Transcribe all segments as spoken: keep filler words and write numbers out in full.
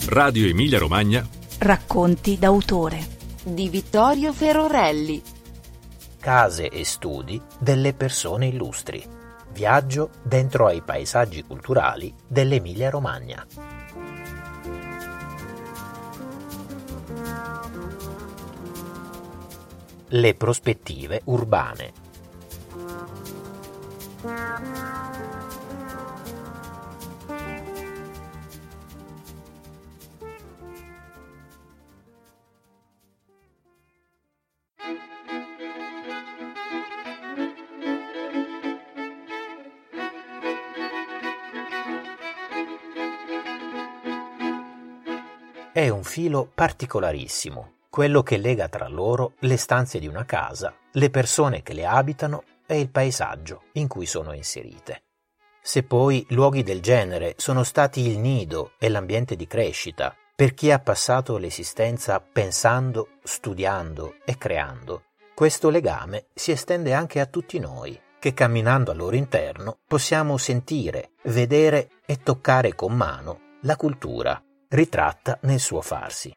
Radio Emilia Romagna. Racconti d'autore di Vittorio Ferorelli. Case e studi delle persone illustri. Viaggio dentro ai paesaggi culturali dell'Emilia Romagna. Le prospettive urbane. È un filo particolarissimo, quello che lega tra loro le stanze di una casa, le persone che le abitano e il paesaggio in cui sono inserite. Se poi luoghi del genere sono stati il nido e l'ambiente di crescita per chi ha passato l'esistenza pensando, studiando e creando, questo legame si estende anche a tutti noi, che camminando al loro interno possiamo sentire, vedere e toccare con mano la cultura, ritratta nel suo farsi.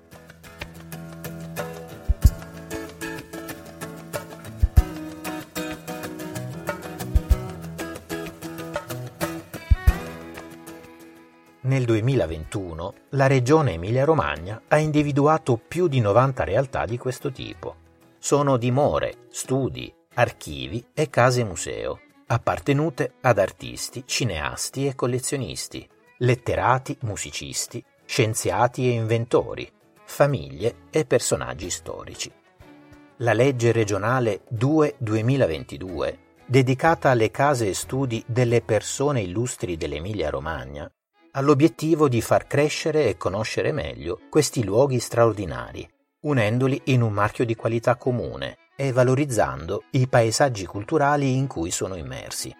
Nel duemilaventuno la Regione Emilia-Romagna ha individuato più di novanta realtà di questo tipo. Sono dimore, studi, archivi e case museo, appartenute ad artisti, cineasti e collezionisti, letterati, musicisti, scienziati e inventori, famiglie e personaggi storici. La legge regionale due duemilaventidue, dedicata alle case e studi delle persone illustri dell'Emilia-Romagna, ha l'obiettivo di far crescere e conoscere meglio questi luoghi straordinari, unendoli in un marchio di qualità comune e valorizzando i paesaggi culturali in cui sono immersi.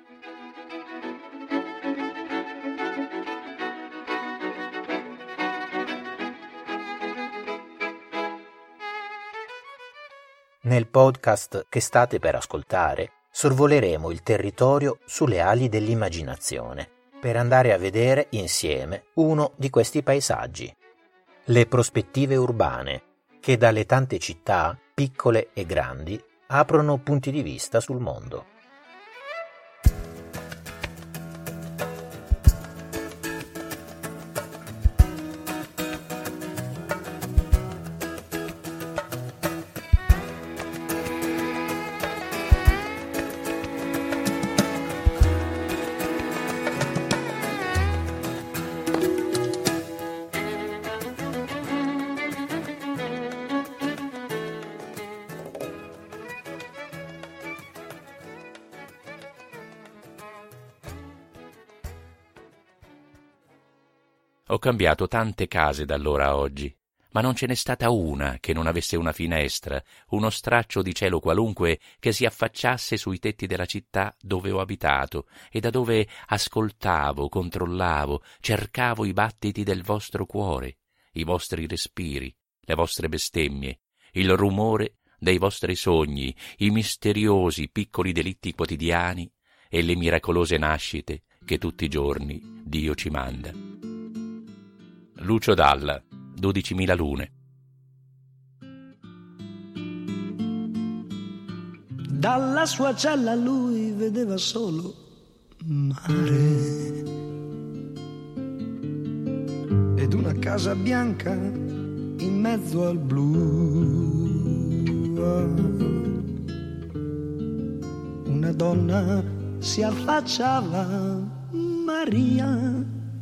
Nel podcast che state per ascoltare sorvoleremo il territorio sulle ali dell'immaginazione per andare a vedere insieme uno di questi paesaggi. Le prospettive urbane che dalle tante città, piccole e grandi, aprono punti di vista sul mondo. Ho cambiato tante case da allora a oggi, ma non ce n'è stata una che non avesse una finestra, uno straccio di cielo qualunque che si affacciasse sui tetti della città dove ho abitato e da dove ascoltavo, controllavo, cercavo i battiti del vostro cuore, i vostri respiri, le vostre bestemmie, il rumore dei vostri sogni, i misteriosi piccoli delitti quotidiani e le miracolose nascite che tutti i giorni Dio ci manda. Lucio Dalla, dodicimila lune. Dalla sua cella lui vedeva solo mare ed una casa bianca in mezzo al blu. Una donna si affacciava, Maria,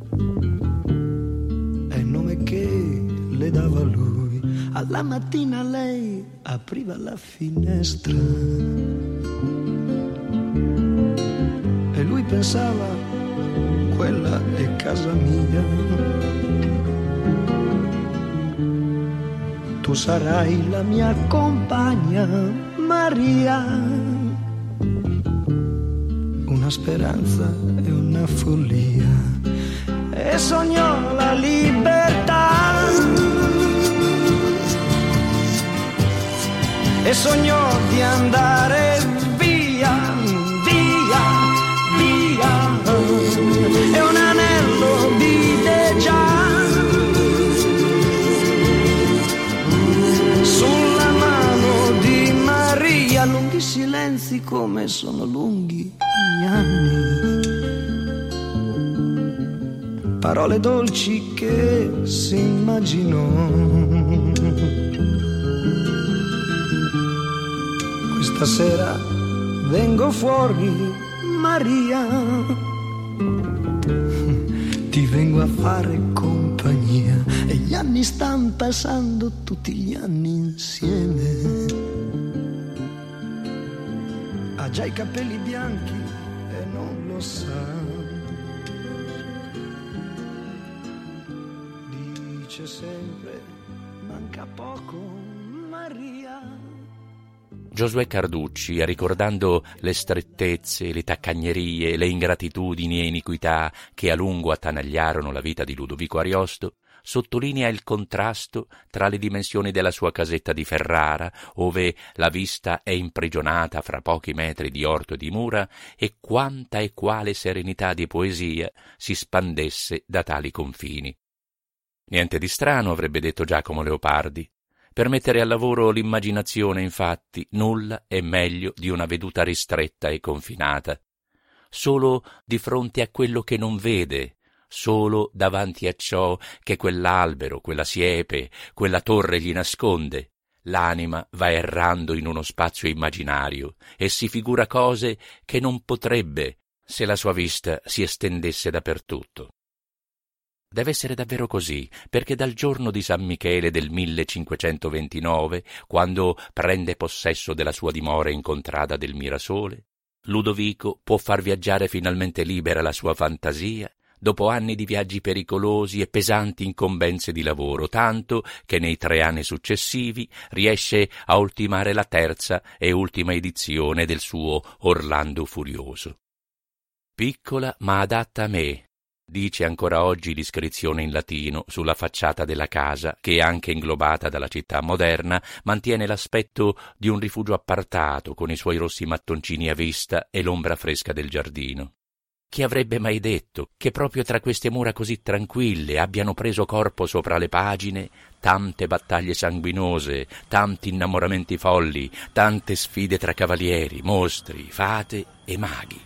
che le dava lui. Alla mattina lei apriva la finestra e lui pensava, quella è casa mia. Tu sarai la mia compagna, Maria. Una speranza e una follia, e sognò la libertà e sognò di andare via, via, via, e un anello vide già come sono lunghi gli anni. Parole dolci che si immaginò. Questa sera vengo fuori, Maria, ti vengo a fare compagnia e gli anni stanno passando, tutti gli anni insieme. Ha già i capelli bianchi e non lo sa. Dice sempre, manca poco, Maria. Giosuè Carducci, ricordando le strettezze, le taccagnerie, le ingratitudini e iniquità che a lungo attanagliarono la vita di Ludovico Ariosto, sottolinea il contrasto tra le dimensioni della sua casetta di Ferrara, ove la vista è imprigionata fra pochi metri di orto e di mura, e quanta e quale serenità di poesia si spandesse da tali confini. Niente di strano, avrebbe detto Giacomo Leopardi. Per mettere al lavoro l'immaginazione, infatti, nulla è meglio di una veduta ristretta e confinata. Solo di fronte a quello che non vede, solo davanti a ciò che quell'albero, quella siepe, quella torre gli nasconde, l'anima va errando in uno spazio immaginario e si figura cose che non potrebbe se la sua vista si estendesse dappertutto. Deve essere davvero così, perché dal giorno di San Michele del millecinquecentoventinove, quando prende possesso della sua dimora in contrada del Mirasole, Ludovico può far viaggiare finalmente libera la sua fantasia, dopo anni di viaggi pericolosi e pesanti incombenze di lavoro, tanto che nei tre anni successivi riesce a ultimare la terza e ultima edizione del suo Orlando Furioso. Piccola ma adatta a me, dice ancora oggi l'iscrizione in latino sulla facciata della casa, che, anche inglobata dalla città moderna, mantiene l'aspetto di un rifugio appartato con i suoi rossi mattoncini a vista e l'ombra fresca del giardino. Chi avrebbe mai detto che proprio tra queste mura così tranquille abbiano preso corpo sopra le pagine tante battaglie sanguinose, tanti innamoramenti folli, tante sfide tra cavalieri, mostri, fate e maghi?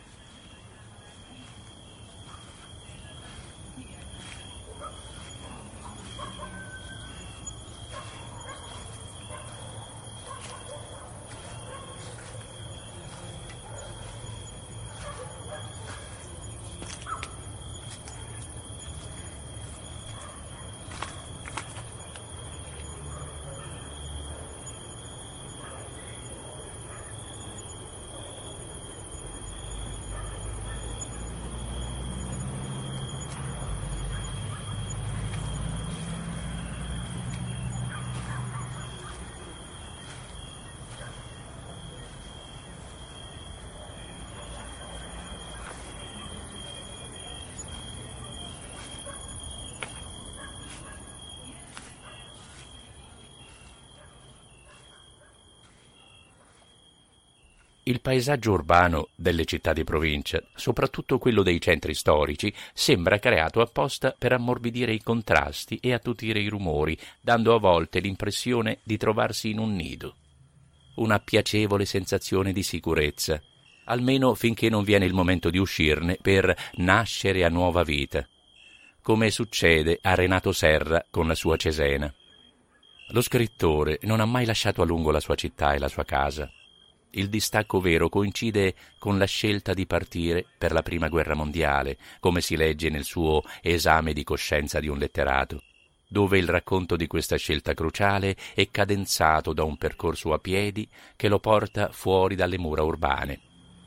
Il paesaggio urbano delle città di provincia, soprattutto quello dei centri storici, sembra creato apposta per ammorbidire i contrasti e attutire i rumori, dando a volte l'impressione di trovarsi in un nido. Una piacevole sensazione di sicurezza, almeno finché non viene il momento di uscirne per nascere a nuova vita, come succede a Renato Serra con la sua Cesena. Lo scrittore non ha mai lasciato a lungo la sua città e la sua casa. Il distacco vero coincide con la scelta di partire per la Prima Guerra Mondiale, come si legge nel suo Esame di coscienza di un letterato, dove il racconto di questa scelta cruciale è cadenzato da un percorso a piedi che lo porta fuori dalle mura urbane.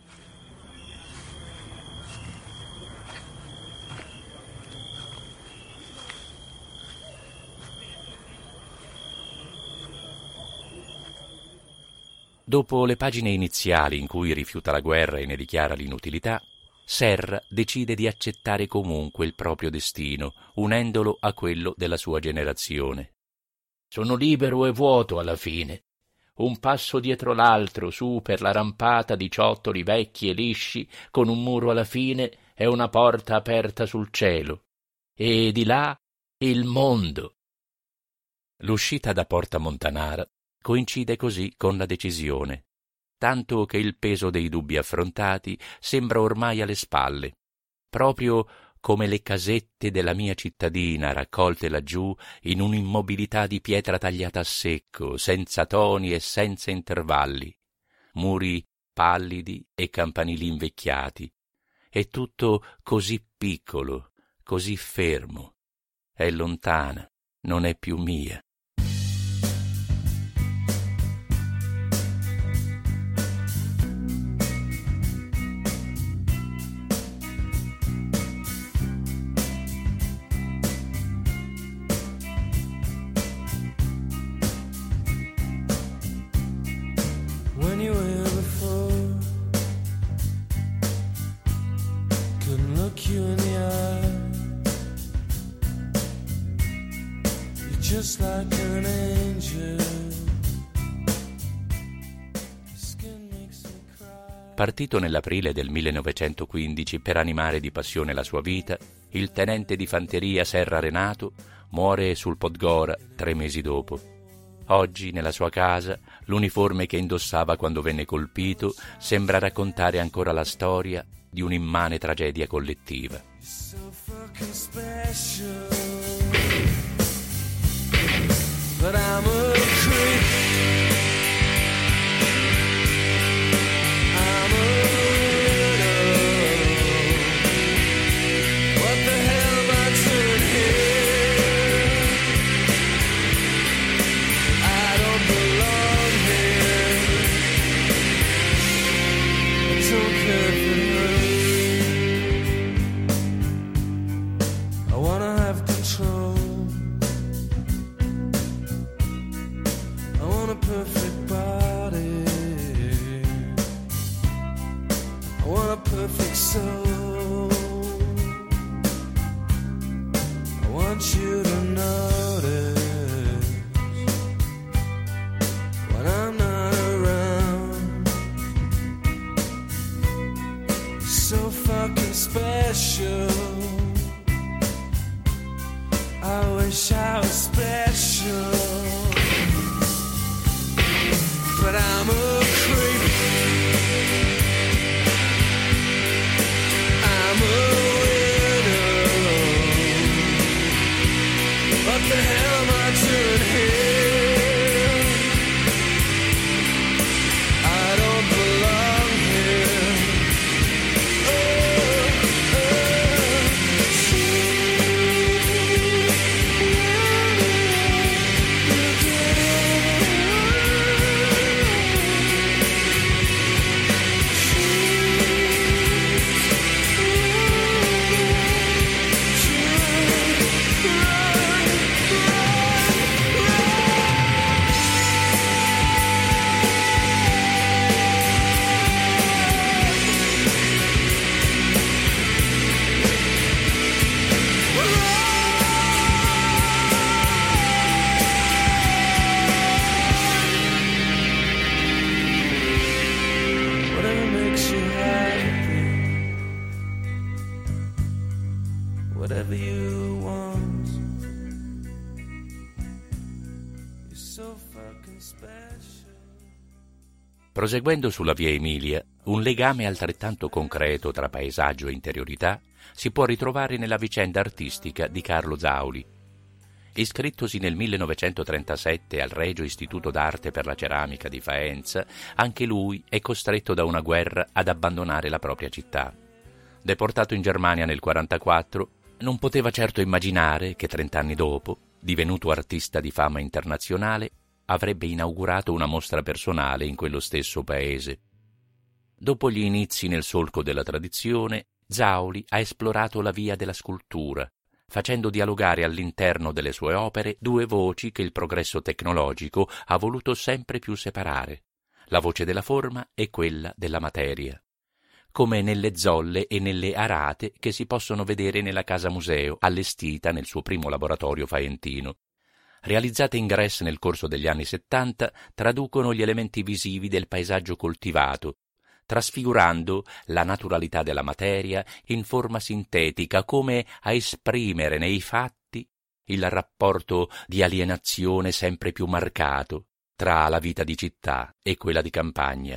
Dopo le pagine iniziali in cui rifiuta la guerra e ne dichiara l'inutilità, Serra decide di accettare comunque il proprio destino, unendolo a quello della sua generazione. Sono libero e vuoto alla fine. Un passo dietro l'altro su per la rampata di ciottoli vecchi e lisci, con un muro alla fine e una porta aperta sul cielo. E di là il mondo. L'uscita da Porta Montanara coincide così con la decisione. tanto che il peso dei dubbi affrontati sembra ormai alle spalle, proprio come le casette della mia cittadina raccolte laggiù in un'immobilità di pietra tagliata a secco, senza toni e senza intervalli, muri pallidi e campanili invecchiati, e tutto così piccolo, così fermo. È lontana, non è più mia. When you were before, couldn't look you in the eye. You're just like an angel. Skin makes me cry. Partito nell'aprile del millenovecentoquindici per animare di passione la sua vita, il tenente di fanteria Serra Renato muore sul Podgora tre mesi dopo. Oggi, nella sua casa, l'uniforme che indossava quando venne colpito sembra raccontare ancora la storia di un'immane tragedia collettiva. So fucking special. But I'm a creep. I'm a widow. What the hell am I doing here? I don't belong here. I don't care if it hurts. I wanna have control. I want a perfect body. I want a perfect soul. I want you to notice when I'm not around. You're so fucking special. I wish I was special. But I'm a creep. I'm a widow. What the hell am I doing here? I don't belong here. Oh, whatever makes you happy, whatever you want. You're so fucking special. Proseguendo sulla via Emilia, un legame altrettanto concreto tra paesaggio e interiorità si può ritrovare nella vicenda artistica di Carlo Zauli. Iscrittosi nel millenovecentotrentasette al Regio Istituto d'Arte per la Ceramica di Faenza, anche lui è costretto da una guerra ad abbandonare la propria città. Deportato in Germania nel millenovecentoquarantaquattro, non poteva certo immaginare che trent'anni dopo, divenuto artista di fama internazionale, avrebbe inaugurato una mostra personale in quello stesso paese. Dopo gli inizi nel solco della tradizione, Zauli ha esplorato la via della scultura, facendo dialogare all'interno delle sue opere due voci che il progresso tecnologico ha voluto sempre più separare, la voce della forma e quella della materia, come nelle zolle e nelle arate che si possono vedere nella casa museo allestita nel suo primo laboratorio faentino. Realizzate in Grèce nel corso degli anni settanta, traducono gli elementi visivi del paesaggio coltivato, trasfigurando la naturalità della materia in forma sintetica, come a esprimere nei fatti il rapporto di alienazione sempre più marcato tra la vita di città e quella di campagna,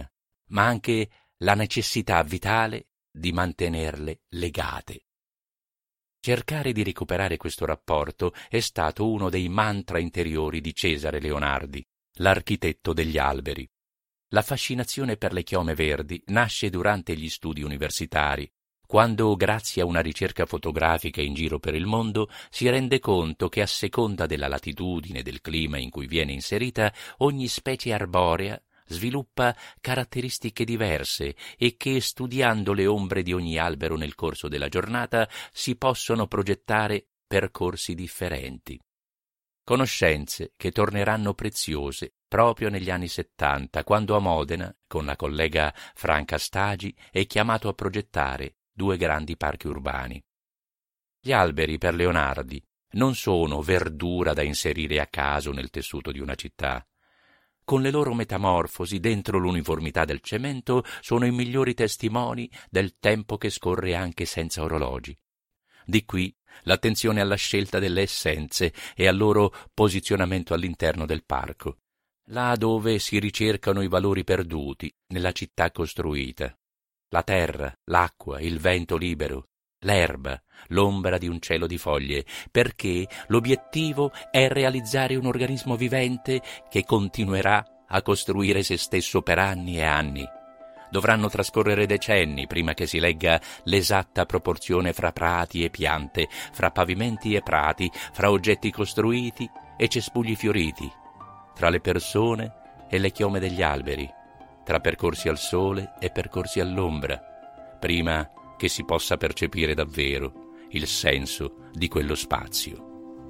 ma anche la necessità vitale di mantenerle legate. Cercare di recuperare questo rapporto è stato uno dei mantra interiori di Cesare Leonardi, l'architetto degli alberi. La fascinazione per le chiome verdi nasce durante gli studi universitari, quando, grazie a una ricerca fotografica in giro per il mondo, si rende conto che a seconda della latitudine e del clima in cui viene inserita, ogni specie arborea sviluppa caratteristiche diverse e che, studiando le ombre di ogni albero nel corso della giornata, si possono progettare percorsi differenti. Conoscenze che torneranno preziose proprio negli anni settanta, quando a Modena, con la collega Franca Stagi, è chiamato a progettare due grandi parchi urbani. Gli alberi, per Leonardi, non sono verdura da inserire a caso nel tessuto di una città. Con le loro metamorfosi dentro l'uniformità del cemento sono i migliori testimoni del tempo che scorre anche senza orologi. Di qui l'attenzione alla scelta delle essenze e al loro posizionamento all'interno del parco, là dove si ricercano i valori perduti nella città costruita. La terra, l'acqua, il vento libero, l'erba, l'ombra di un cielo di foglie, perché l'obiettivo è realizzare un organismo vivente che continuerà a costruire se stesso per anni e anni. Dovranno trascorrere decenni prima che si legga l'esatta proporzione fra prati e piante, fra pavimenti e prati, fra oggetti costruiti e cespugli fioriti, tra le persone e le chiome degli alberi, tra percorsi al sole e percorsi all'ombra, prima che si possa percepire davvero il senso di quello spazio.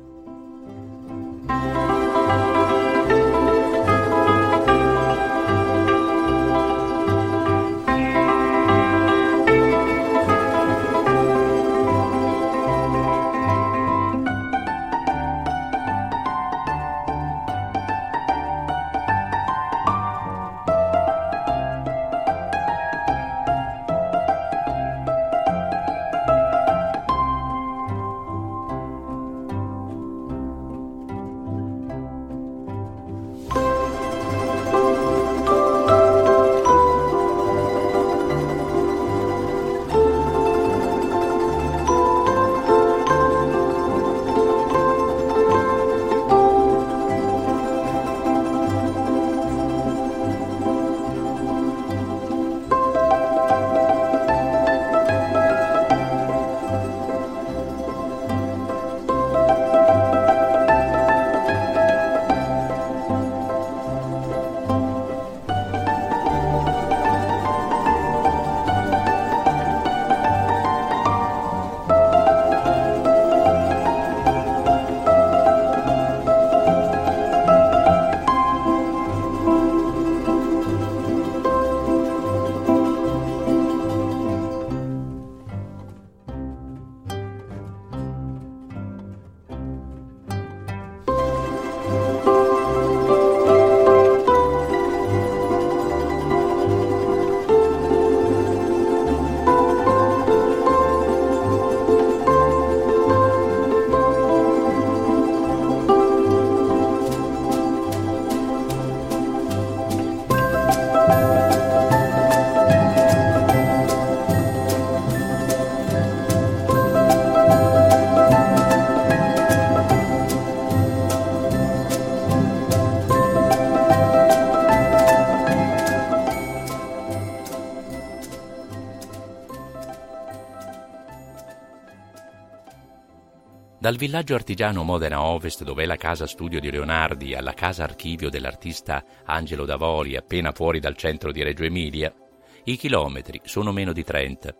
Dal villaggio artigiano Modena Ovest, dove è la casa studio di Leonardi, alla casa archivio dell'artista Angelo Davoli, appena fuori dal centro di Reggio Emilia, i chilometri sono meno di trenta.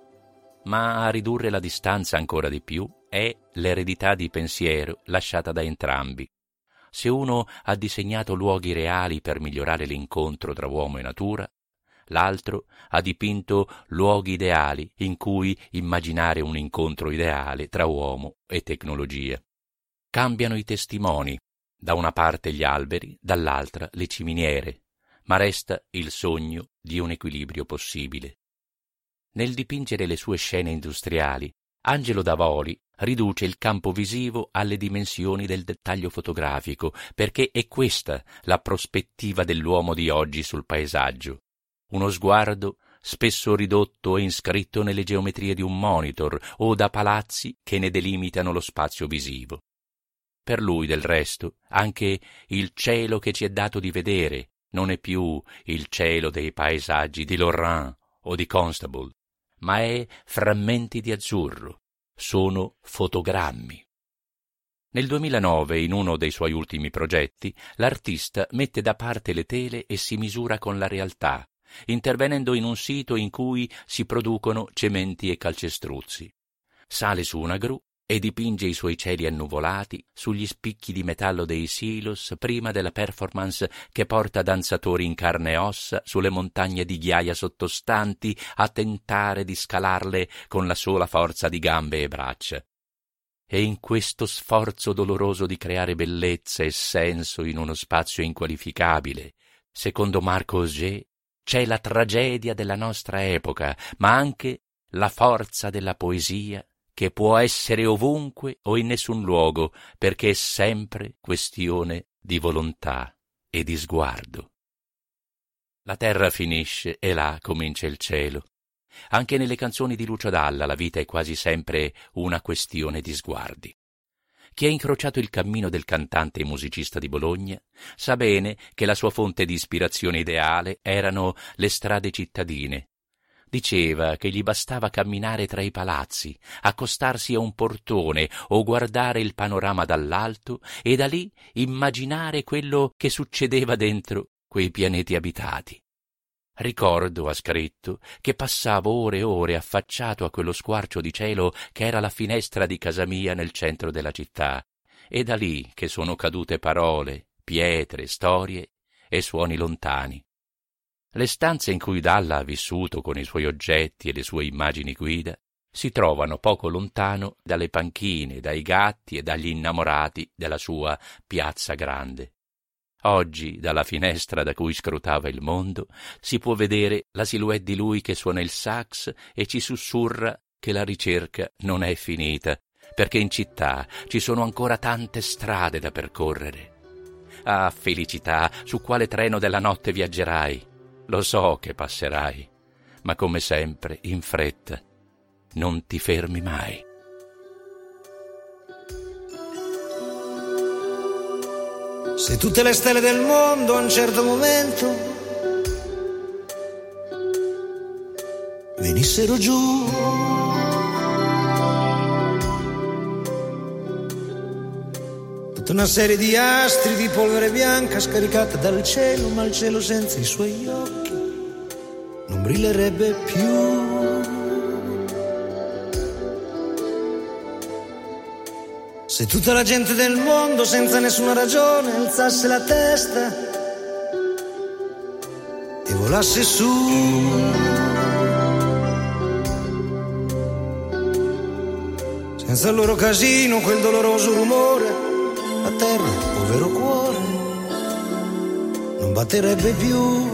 Ma a ridurre la distanza ancora di più è l'eredità di pensiero lasciata da entrambi. Se uno ha disegnato luoghi reali per migliorare l'incontro tra uomo e natura, l'altro ha dipinto luoghi ideali in cui immaginare un incontro ideale tra uomo e tecnologia. Cambiano i testimoni, da una parte gli alberi, dall'altra le ciminiere, ma resta il sogno di un equilibrio possibile. Nel dipingere le sue scene industriali, Angelo Davoli riduce il campo visivo alle dimensioni del dettaglio fotografico, perché è questa la prospettiva dell'uomo di oggi sul paesaggio. uno sguardo spesso ridotto e inscritto nelle geometrie di un monitor o da palazzi che ne delimitano lo spazio visivo. Per lui, del resto, anche il cielo che ci è dato di vedere non è più il cielo dei paesaggi di Lorrain o di Constable, ma è frammenti di azzurro, sono fotogrammi. Nel duemilanove, in uno dei suoi ultimi progetti, l'artista mette da parte le tele e si misura con la realtà, intervenendo in un sito in cui si producono cementi e calcestruzzi. Sale su una gru e dipinge i suoi cieli annuvolati sugli spicchi di metallo dei silos prima della performance che porta danzatori in carne e ossa sulle montagne di ghiaia sottostanti a tentare di scalarle con la sola forza di gambe e braccia. E in questo sforzo doloroso di creare bellezza e senso in uno spazio inqualificabile, secondo Marco Auger, c'è la tragedia della nostra epoca, ma anche la forza della poesia che può essere ovunque o in nessun luogo, perché è sempre questione di volontà e di sguardo. La terra finisce e là comincia il cielo. Anche nelle canzoni di Lucio Dalla la vita è quasi sempre una questione di sguardi. Chi ha incrociato il cammino del cantante e musicista di Bologna sa bene che la sua fonte di ispirazione ideale erano le strade cittadine. Diceva che gli bastava camminare tra i palazzi, accostarsi a un portone o guardare il panorama dall'alto e da lì immaginare quello che succedeva dentro quei pianeti abitati. Ricordo, ha scritto, che passavo ore e ore affacciato a quello squarcio di cielo che era la finestra di casa mia nel centro della città, e da lì che sono cadute parole, pietre, storie e suoni lontani. Le stanze in cui Dalla ha vissuto con i suoi oggetti e le sue immagini guida si trovano poco lontano dalle panchine, dai gatti e dagli innamorati della sua Piazza Grande. Oggi, dalla finestra da cui scrutava il mondo, si può vedere la silhouette di lui che suona il sax e ci sussurra che la ricerca non è finita, perché in città ci sono ancora tante strade da percorrere. Ah, felicità, su quale treno della notte viaggerai? Lo so che passerai, ma come sempre, in fretta, non ti fermi mai. Se tutte le stelle del mondo a un certo momento venissero giù, tutta una serie di astri di polvere bianca scaricata dal cielo, ma il cielo senza i suoi occhi non brillerebbe più. Se tutta la gente del mondo senza nessuna ragione alzasse la testa e volasse su, senza il loro casino, quel doloroso rumore, la terra, povero cuore, non batterebbe più.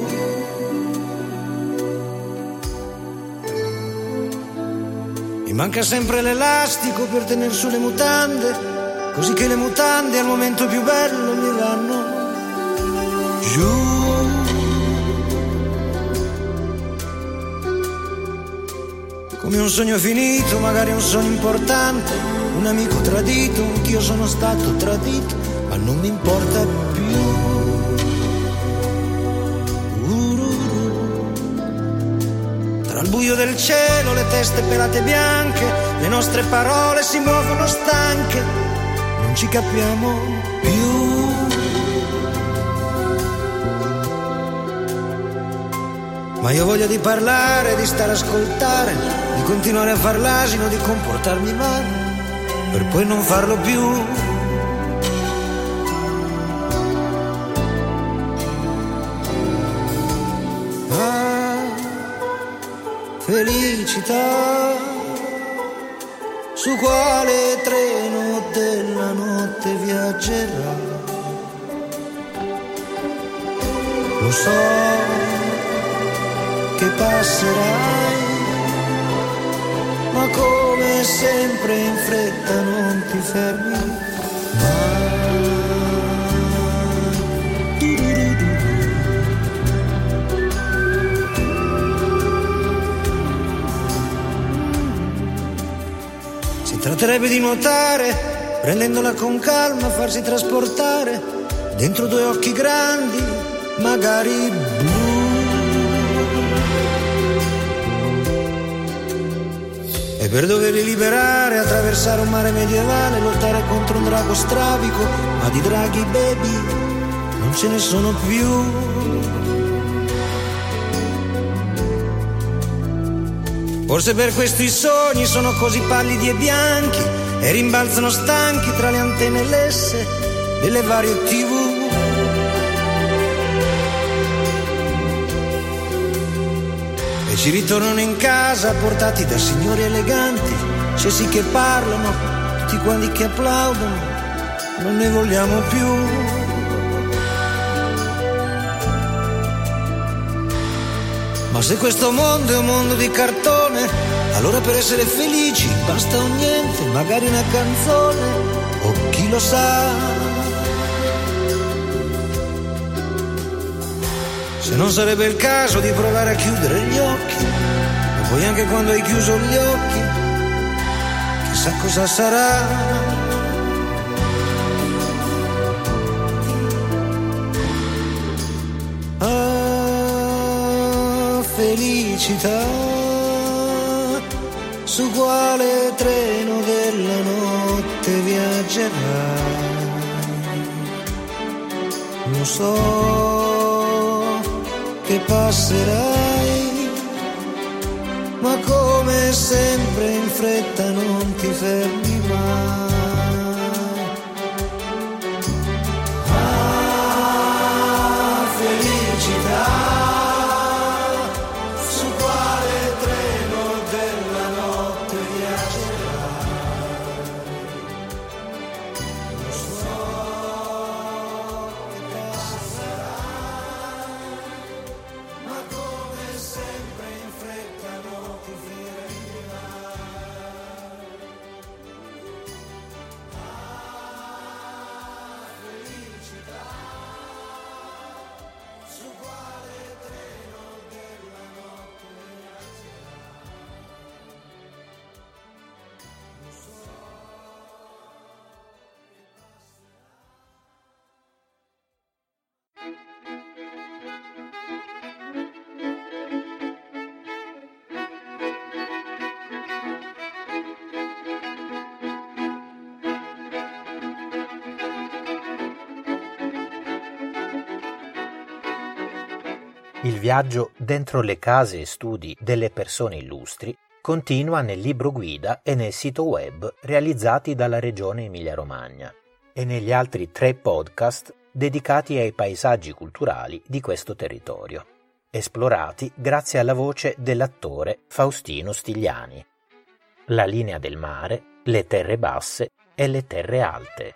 Mi manca sempre l'elastico per tener su le mutande, così che le mutande al momento più bello mi vanno giù. Come un sogno finito, magari un sogno importante, un amico tradito, anch'io sono stato tradito, ma non mi importa più. Tra il buio del cielo, le teste pelate bianche, le nostre parole si muovono stanche, non ci capiamo più. Ma io ho voglia di parlare, di stare a ascoltare, di continuare a far l'asino, di comportarmi male, per poi non farlo più. Ah, felicità, su quale treno della notte viaggerà? Lo so che passerai, ma come sempre in fretta non ti fermi mai. Si tratterebbe di nuotare, prendendola con calma, farsi trasportare dentro due occhi grandi, magari blu. E per doverli liberare, attraversare un mare medievale, lottare contro un drago strabico, ma di draghi baby non ce ne sono più. Forse per questo i sogni sono così pallidi e bianchi e rimbalzano stanchi tra le antenne lesse delle varie tivù. E ci ritornano in casa portati da signori eleganti, cessi che parlano, tutti quanti che applaudono, non ne vogliamo più. Ma se questo mondo è un mondo di cartone, allora per essere felici basta un niente, magari una canzone, o chi lo sa. Se non sarebbe il caso di provare a chiudere gli occhi, e poi anche quando hai chiuso gli occhi, chissà cosa sarà. Ah, felicità, su quale treno della notte viaggerai? Lo so che passerai, ma come sempre in fretta non ti fermi mai. Ah, felicità, su quale treno della notte viaggerai? Lo so che passerai, ma come sempre in fretta non ti fermi mai. Ah, felicità, su quale treno della notte viaggerai? Lo so che Il viaggio dentro le case e studi delle persone illustri continua nel libro guida e nel sito web realizzati dalla Regione Emilia-Romagna e negli altri tre podcast dedicati ai paesaggi culturali di questo territorio, esplorati grazie alla voce dell'attore Faustino Stigliani. La linea del mare, le terre basse e le terre alte.